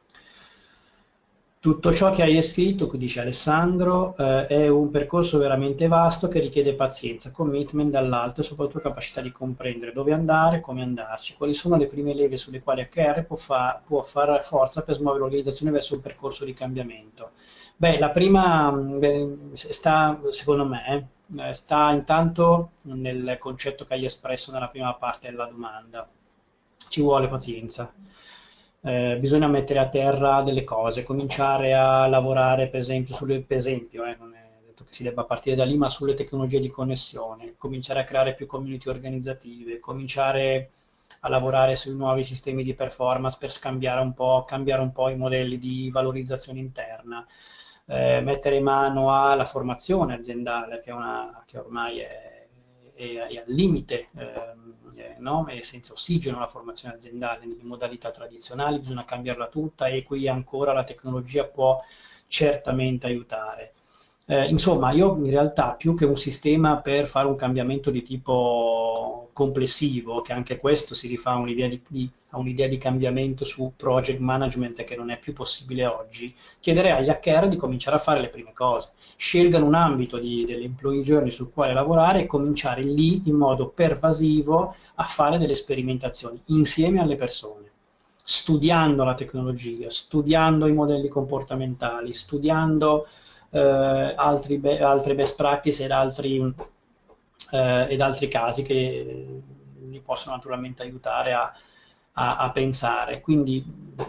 Tutto ciò che hai descritto, qui dice Alessandro, è un percorso veramente vasto che richiede pazienza, commitment dall'alto e soprattutto capacità di comprendere dove andare, come andarci, quali sono le prime leve sulle quali HR può fare forza per smuovere l'organizzazione verso un percorso di cambiamento. Beh, la prima sta, secondo me, sta intanto nel concetto che hai espresso nella prima parte della domanda. Ci vuole pazienza. Bisogna mettere a terra delle cose, cominciare a lavorare per esempio non è detto che si debba partire da lì, ma sulle tecnologie di connessione, cominciare a creare più community organizzative, cominciare a lavorare sui nuovi sistemi di performance per cambiare un po' i modelli di valorizzazione interna, mettere in mano alla formazione aziendale, che ormai è e al limite, no? E senza ossigeno la formazione aziendale, nelle modalità tradizionali bisogna cambiarla tutta e qui ancora la tecnologia può certamente aiutare. Insomma, io in realtà più che un sistema per fare un cambiamento di tipo complessivo, che anche questo si rifà a un'idea di cambiamento su project management che non è più possibile oggi, chiederei agli hacker di cominciare a fare le prime cose. Scelgano un ambito dell'employee journey sul quale lavorare e cominciare lì in modo pervasivo a fare delle sperimentazioni insieme alle persone, studiando la tecnologia, studiando i modelli comportamentali, studiando altre best practice ed altri casi che li possono naturalmente aiutare a pensare. Quindi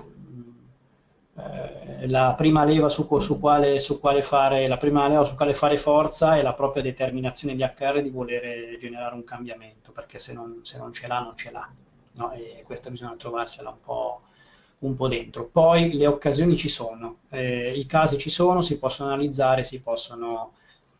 la prima leva su quale fare forza è la propria determinazione di HR di volere generare un cambiamento, perché se non ce l'ha, non ce l'ha. No? E questa bisogna trovarsela un po' dentro. Poi le occasioni ci sono, i casi ci sono, si possono analizzare, si possono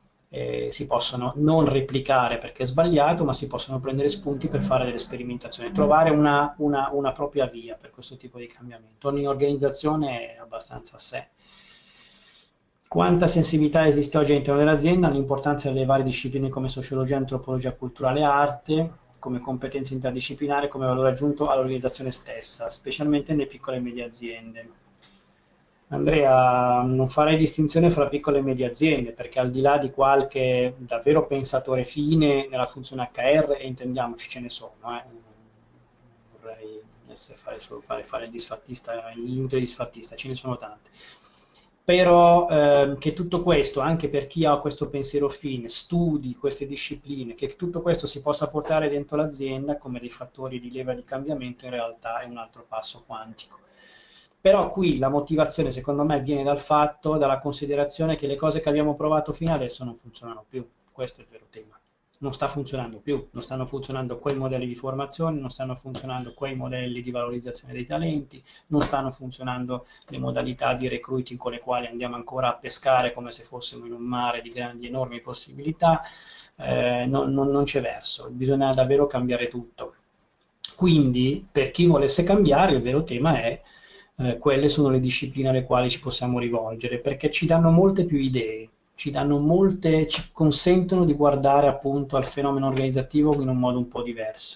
non replicare perché è sbagliato, ma si possono prendere spunti per fare delle sperimentazioni, trovare una propria via per questo tipo di cambiamento. Ogni organizzazione è abbastanza a sé. Quanta sensibilità esiste oggi all'interno dell'azienda? L'importanza delle varie discipline come sociologia, antropologia culturale e arte, come competenze interdisciplinari, come valore aggiunto all'organizzazione stessa, specialmente nelle piccole e medie aziende. Andrea, non farei distinzione fra piccole e medie aziende, perché al di là di qualche davvero pensatore fine nella funzione HR, e intendiamoci, ce ne sono, vorrei fare il disfattista, l'inutile disfattista, ce ne sono tante. Però che tutto questo, anche per chi ha questo pensiero fine, studi queste discipline, che tutto questo si possa portare dentro l'azienda come dei fattori di leva di cambiamento, in realtà è un altro passo quantico. Però qui la motivazione secondo me viene dalla considerazione che le cose che abbiamo provato fino adesso non funzionano più. Questo è il vero tema. Non sta funzionando più, non stanno funzionando quei modelli di formazione, non stanno funzionando quei modelli di valorizzazione dei talenti, non stanno funzionando le modalità di recruiting con le quali andiamo ancora a pescare come se fossimo in un mare di grandi, enormi possibilità. Non c'è verso, bisogna davvero cambiare tutto. Quindi, per chi volesse cambiare, il vero tema è quelle sono le discipline alle quali ci possiamo rivolgere, perché ci danno molte più idee, ci consentono di guardare appunto al fenomeno organizzativo in un modo un po' diverso.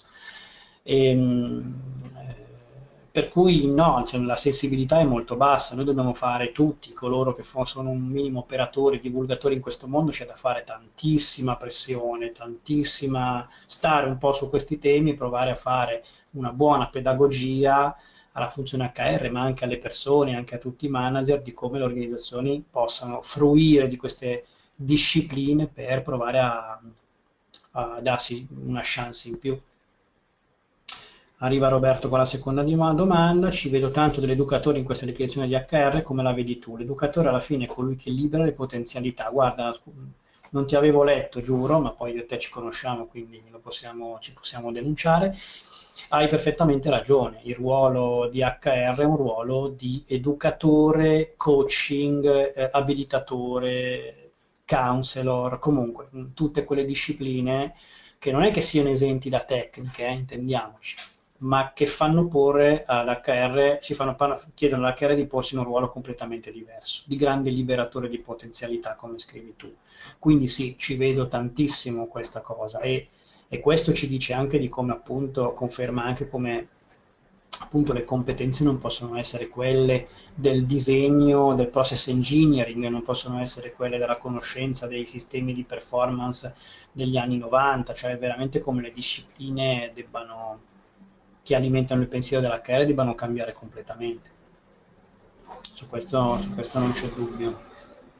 Per cui no, cioè, la sensibilità è molto bassa, noi dobbiamo fare tutti, coloro che sono un minimo operatori, divulgatori in questo mondo, c'è da fare tantissima pressione, stare un po' su questi temi, provare a fare una buona pedagogia alla funzione HR, ma anche alle persone, anche a tutti i manager, di come le organizzazioni possano fruire di queste discipline per provare a darsi una chance in più. Arriva Roberto con la seconda domanda, ci vedo tanto dell'educatore in questa declinazione di HR, come la vedi tu? L'educatore alla fine è colui che libera le potenzialità. Guarda, non ti avevo letto, giuro, ma poi io e te ci conosciamo, quindi ci possiamo denunciare. Hai perfettamente ragione, il ruolo di HR è un ruolo di educatore, coaching, abilitatore, counselor, comunque tutte quelle discipline che non è che siano esenti da tecniche, intendiamoci, ma che fanno porre all'HR, chiedono all'HR di porsi in un ruolo completamente diverso, di grande liberatore di potenzialità, come scrivi tu. Quindi sì, ci vedo tantissimo questa cosa e questo ci dice anche di come appunto, conferma anche come appunto le competenze non possono essere quelle del disegno, del process engineering, non possono essere quelle della conoscenza dei sistemi di performance degli anni 90, cioè veramente come le discipline che alimentano il pensiero della HR debbano cambiare completamente. Su questo non c'è dubbio.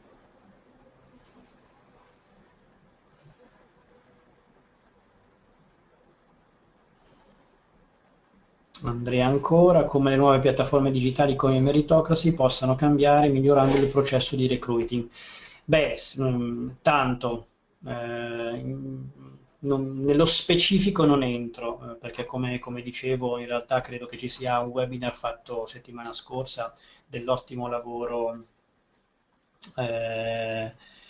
Andrea ancora, come le nuove piattaforme digitali come Meritocracy possano cambiare migliorando il processo di recruiting. Beh, tanto, nello specifico non entro, perché come dicevo in realtà credo che ci sia un webinar fatto settimana scorsa dell'ottimo lavoro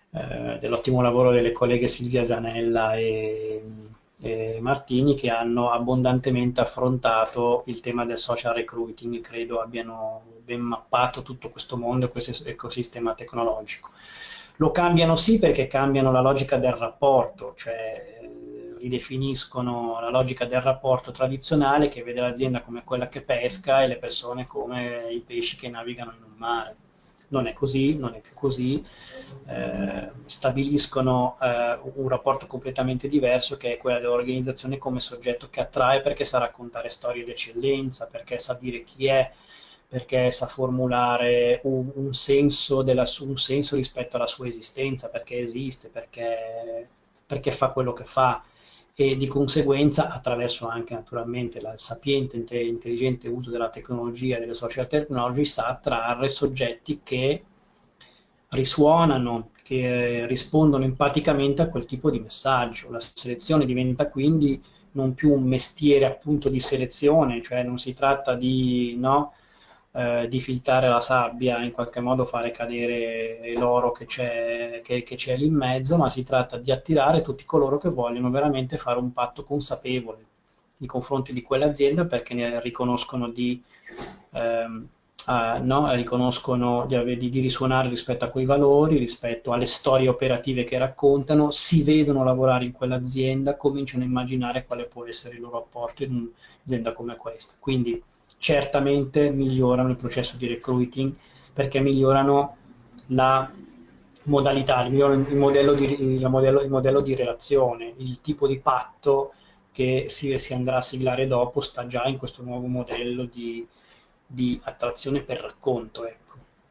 dell'ottimo lavoro delle colleghe Silvia Zanella e Martini, che hanno abbondantemente affrontato il tema del social recruiting. Credo abbiano ben mappato tutto questo mondo e questo ecosistema tecnologico. Lo cambiano sì, perché cambiano la logica del rapporto, cioè ridefiniscono la logica del rapporto tradizionale, che vede l'azienda come quella che pesca e le persone come i pesci che navigano in un mare. Non è così, non è più così. Stabiliscono un rapporto completamente diverso, che è quello dell'organizzazione come soggetto che attrae, perché sa raccontare storie d'eccellenza, perché sa dire chi è, perché sa formulare un senso, un senso rispetto alla sua esistenza, perché esiste, perché fa quello che fa, e di conseguenza, attraverso anche naturalmente il sapiente intelligente uso della tecnologia e delle social technology, sa attrarre soggetti che risuonano, che rispondono empaticamente a quel tipo di messaggio. La selezione diventa quindi non più un mestiere appunto di selezione, cioè non si tratta di, no, di filtrare la sabbia, in qualche modo fare cadere l'oro che c'è lì in mezzo, ma si tratta di attirare tutti coloro che vogliono veramente fare un patto consapevole nei confronti di quell'azienda, perché ne riconoscono ehm, no, riconoscono di risuonare rispetto a quei valori, rispetto alle storie operative che raccontano, si vedono lavorare in quell'azienda, cominciano a immaginare quale può essere il loro apporto in un'azienda come questa. Quindi certamente migliorano il processo di recruiting, perché migliorano la modalità, migliorano il modello di relazione, il tipo di patto che si andrà a siglare dopo sta già in questo nuovo modello di attrazione per racconto, ecco.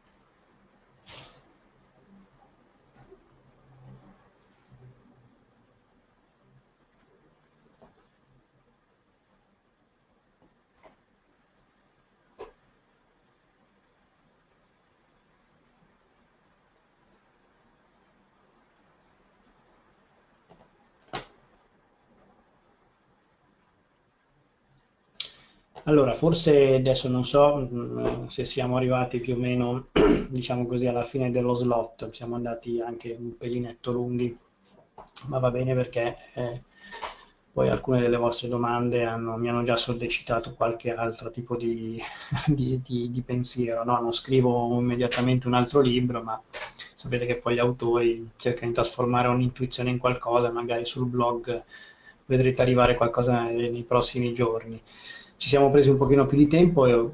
Allora, forse adesso non so se siamo arrivati più o meno, diciamo così, alla fine dello slot, siamo andati anche un pelinetto lunghi, ma va bene, perché poi alcune delle vostre domande mi hanno già sollecitato qualche altro tipo di pensiero, no? Non scrivo immediatamente un altro libro, ma sapete che poi gli autori cercano di trasformare un'intuizione in qualcosa, magari sul blog vedrete arrivare qualcosa nei prossimi giorni. Ci siamo presi un pochino più di tempo e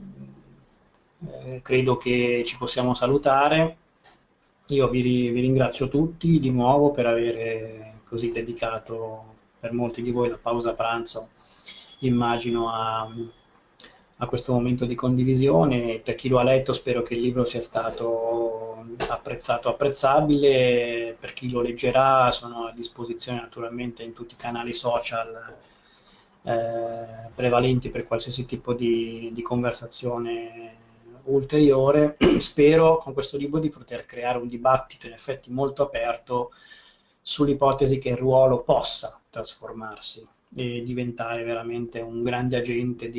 credo che ci possiamo salutare. Io vi ringrazio tutti di nuovo per aver così dedicato per molti di voi la pausa pranzo, immagino, a questo momento di condivisione. Per chi lo ha letto, spero che il libro sia stato apprezzato, apprezzabile. Per chi lo leggerà, sono a disposizione naturalmente in tutti i canali social prevalenti per qualsiasi tipo di conversazione ulteriore. Spero con questo libro di poter creare un dibattito in effetti molto aperto sull'ipotesi che il ruolo possa trasformarsi e diventare veramente un grande agente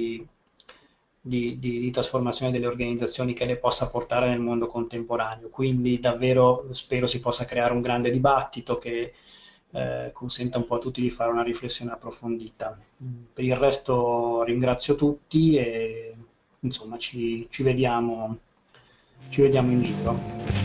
di trasformazione delle organizzazioni, che le possa portare nel mondo contemporaneo. Quindi davvero spero si possa creare un grande dibattito che consenta un po' a tutti di fare una riflessione approfondita. Per il resto ringrazio tutti e insomma ci vediamo in giro.